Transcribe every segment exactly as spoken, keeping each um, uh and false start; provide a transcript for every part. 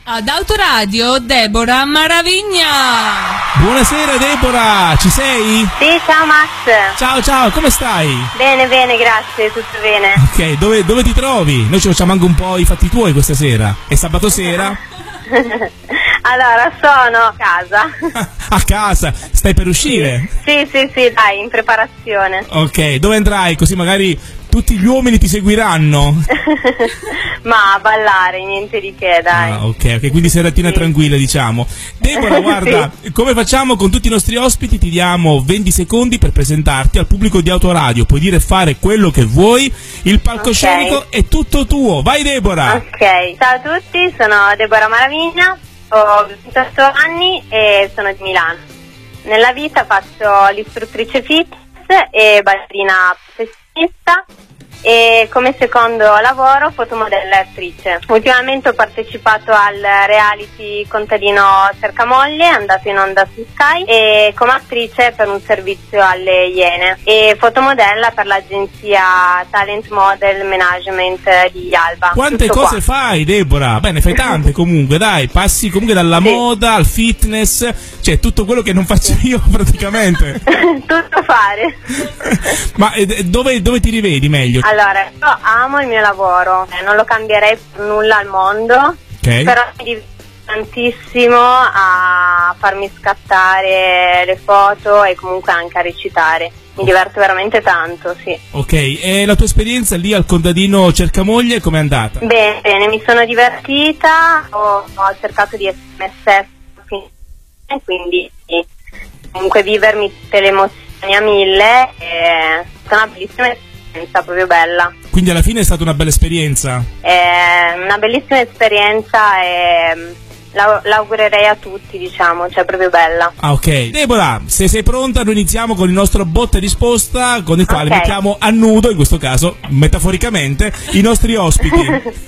Ad Autoradio, Deborah Maravigna. Buonasera Deborah, ci sei? Sì, ciao Max. Ciao ciao, come stai? Bene, bene, grazie, tutto bene. Ok, dove, dove ti trovi? Noi ci facciamo anche un po' i fatti tuoi questa sera. È sabato sera? Allora, sono a casa. A casa, stai per uscire? Sì, sì, sì, dai, in preparazione. Ok, dove andrai? Così magari tutti gli uomini ti seguiranno. Ma a ballare, niente di che, dai. Ah, ok, ok, quindi seratina sì. tranquilla, diciamo. Deborah, guarda, sì. Come facciamo con tutti i nostri ospiti? Ti diamo venti secondi per presentarti al pubblico di Autoradio. Puoi dire e fare quello che vuoi. Il palcoscenico okay. È tutto tuo. Vai Deborah. Ok, ciao a tutti, sono Deborah Maravigna, ho ventotto anni e sono di Milano. Nella vita faccio l'istruttrice fitness e ballerina professionista e come secondo lavoro fotomodella e attrice. Ultimamente ho partecipato al reality Contadino cerca moglie, andato in onda su Sky, e come attrice per un servizio alle Iene e fotomodella per l'agenzia Talent Model Management di Alba. Quante Tutto cose qua. fai Deborah? Bene, fai tante comunque, dai, passi comunque dalla sì. moda al fitness, cioè tutto quello che non faccio io praticamente. Tutto fare. Ma eh, dove, dove ti rivedi meglio? Allora, io amo il mio lavoro, eh, non lo cambierei per nulla al mondo, okay. Però mi diverto tantissimo a farmi scattare le foto e comunque anche a recitare. Mi diverto veramente tanto, sì. Ok, e la tua esperienza lì al Contadino cerca moglie com'è andata? Bene, bene, mi sono divertita, ho, ho cercato di essere me stessa, quindi comunque vivermi tutte le emozioni a mille, è stata una bellissima esperienza. Proprio bella. Quindi alla fine è stata una bella esperienza? È una bellissima esperienza e la, l'augurerei a tutti, diciamo, cioè proprio bella. Ah, ok. Deborah, se sei pronta noi iniziamo con il nostro botta e risposta con il quale okay. mettiamo a nudo, in questo caso metaforicamente, i nostri ospiti.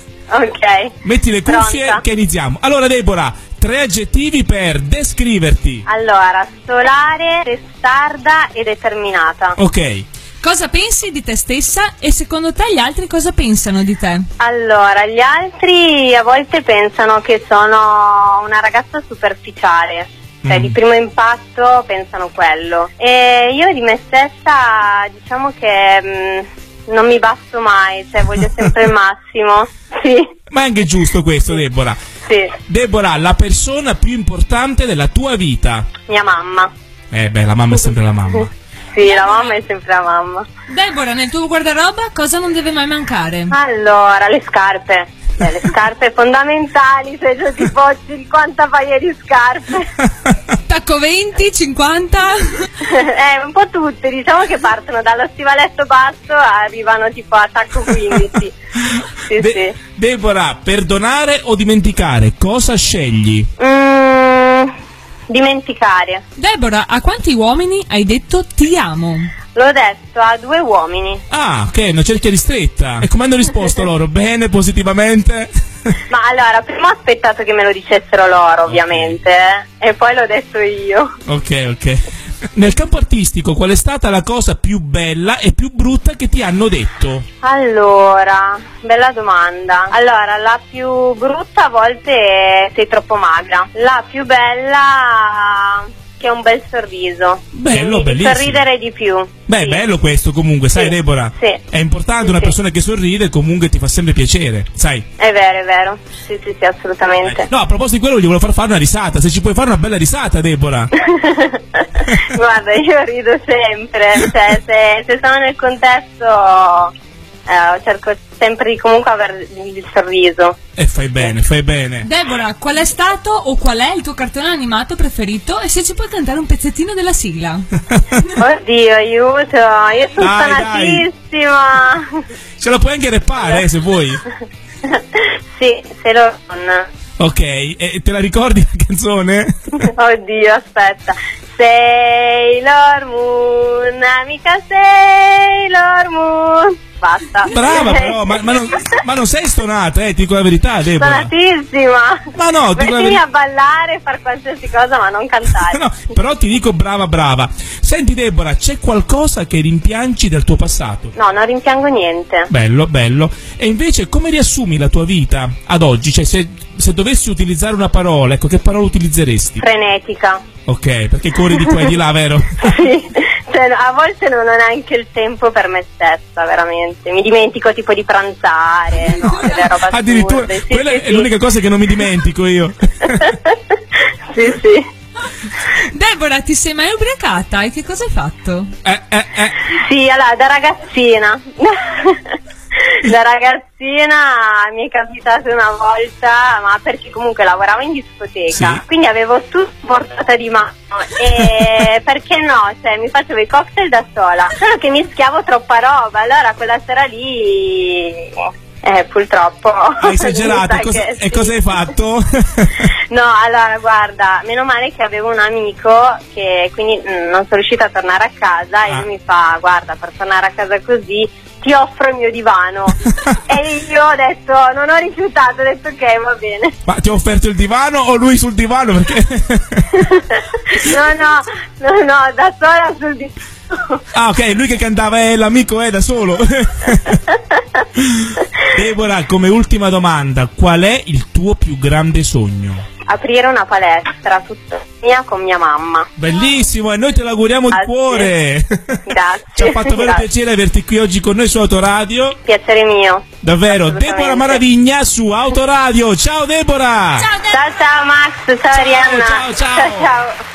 Ok. Metti le cuffie Pronta. Che iniziamo. Allora Deborah, tre aggettivi per descriverti. Allora, solare, testarda e determinata. Ok. Cosa pensi di te stessa e secondo te gli altri cosa pensano di te? Allora, gli altri a volte pensano che sono una ragazza superficiale, cioè mm. di primo impatto pensano quello. E io di me stessa diciamo che mh, non mi basto mai, cioè voglio sempre il massimo. Sì. Ma è anche giusto questo, Deborah. Sì. Deborah, la persona più importante della tua vita? Mia mamma. Eh beh, la mamma è sempre la mamma. Sì, la mamma è sempre la mamma. Deborah, nel tuo guardaroba cosa non deve mai mancare? Allora, le scarpe. Eh, le scarpe fondamentali, se c'è tipo cinquanta paia di scarpe. Tacco venti, cinquanta? Eh, un po' tutte, diciamo che partono dallo stivaletto basso, arrivano tipo a tacco quindici. Sì, De- sì. Deborah, perdonare o dimenticare? Cosa scegli? Mm, dimenticare. Deborah, a quanti uomini hai detto ti amo? L'ho detto a due uomini. Ah, ok, una cerchia ristretta. E come hanno risposto loro? Bene, positivamente? Ma allora, prima ho aspettato che me lo dicessero loro, ovviamente, eh, e poi l'ho detto io. Ok, ok. Nel campo artistico, qual è stata la cosa più bella e più brutta che ti hanno detto? Allora, bella domanda. Allora, la più brutta a volte è sei troppo magra. La più bella che è un bel sorriso. Bello, quindi bellissimo. Sorridere di più. Beh, sì. Bello questo comunque, sai sì. Deborah? Sì. È importante, sì, una sì. persona che sorride comunque ti fa sempre piacere, sai? È vero, è vero. Sì, sì, sì, assolutamente. Eh, no, a proposito di quello gli volevo far fare una risata. Se ci puoi fare una bella risata, Deborah. Guarda, io rido sempre, cioè se, se sono nel contesto eh, cerco sempre di comunque avere il sorriso. E fai bene, fai bene. Deborah, qual è stato o qual è il tuo cartone animato preferito e se ci puoi cantare un pezzettino della sigla? Oddio, aiuto, io sono dai, stanatissima. dai. Ce la puoi anche rappare, eh, se vuoi. Sì, se lo non. Ok, e te la ricordi la canzone? Oddio, aspetta. Sailor Moon, amica Sailor Moon, soddisfatta. Brava però, ma, ma, non, ma non sei stonata, eh, ti dico la verità, Deborah. Stonatissima. Ma no, ti dico la Mettimi verità. a ballare, far qualsiasi cosa, ma non cantare. No, però ti dico brava brava. Senti Deborah, c'è qualcosa che rimpiangi del tuo passato? No, non rimpiango niente. Bello, bello. E invece come riassumi la tua vita ad oggi? Cioè se, se dovessi utilizzare una parola, ecco, che parola utilizzeresti? Frenetica. Ok, perché corri di qua e di là, vero? Sì, cioè, a volte non ho neanche il tempo per me stessa, veramente. Mi dimentico tipo di pranzare, no, delle robe assurde. Addirittura, sì, quella sì, è sì. l'unica cosa che non mi dimentico io. Sì, sì. Deborah, ti sei mai ubriacata? E che cosa hai fatto? Eh, eh, eh. Sì, allora, da ragazzina. Da ragazzina mi è capitato una volta, ma perché comunque lavoravo in discoteca, Sì. quindi avevo tutto a portata di mano e perché no, cioè mi facevo i cocktail da sola, solo che mischiavo troppa roba, allora quella sera lì eh, purtroppo Hai esagerato, mi sa cosa- che e sì. cosa hai fatto? No, allora guarda, meno male che avevo un amico che quindi mh, non sono riuscita a tornare a casa e Ah. lui mi fa, guarda, per tornare a casa così ti offro il mio divano. E io ho detto, non ho rifiutato, ho detto ok, va bene. Ma ti ha offerto il divano o lui sul divano? Perché... No, no, no, no, da sola sul divano. Ah, ok, lui che cantava è l'amico è da solo. Deborah, come ultima domanda, qual è il tuo più grande sogno? Aprire una palestra tutta mia con mia mamma. Bellissimo, e noi te l'auguriamo di Grazie. cuore. Grazie. Ci ha fatto vero Grazie. piacere averti qui oggi con noi su Autoradio. Piacere mio. Davvero, Assolutamente. Deborah Maravigna su Autoradio. Ciao Deborah! Ciao Deborah! Ciao ciao Max, ciao, Ciao, Arianna. ciao, ciao. ciao. ciao.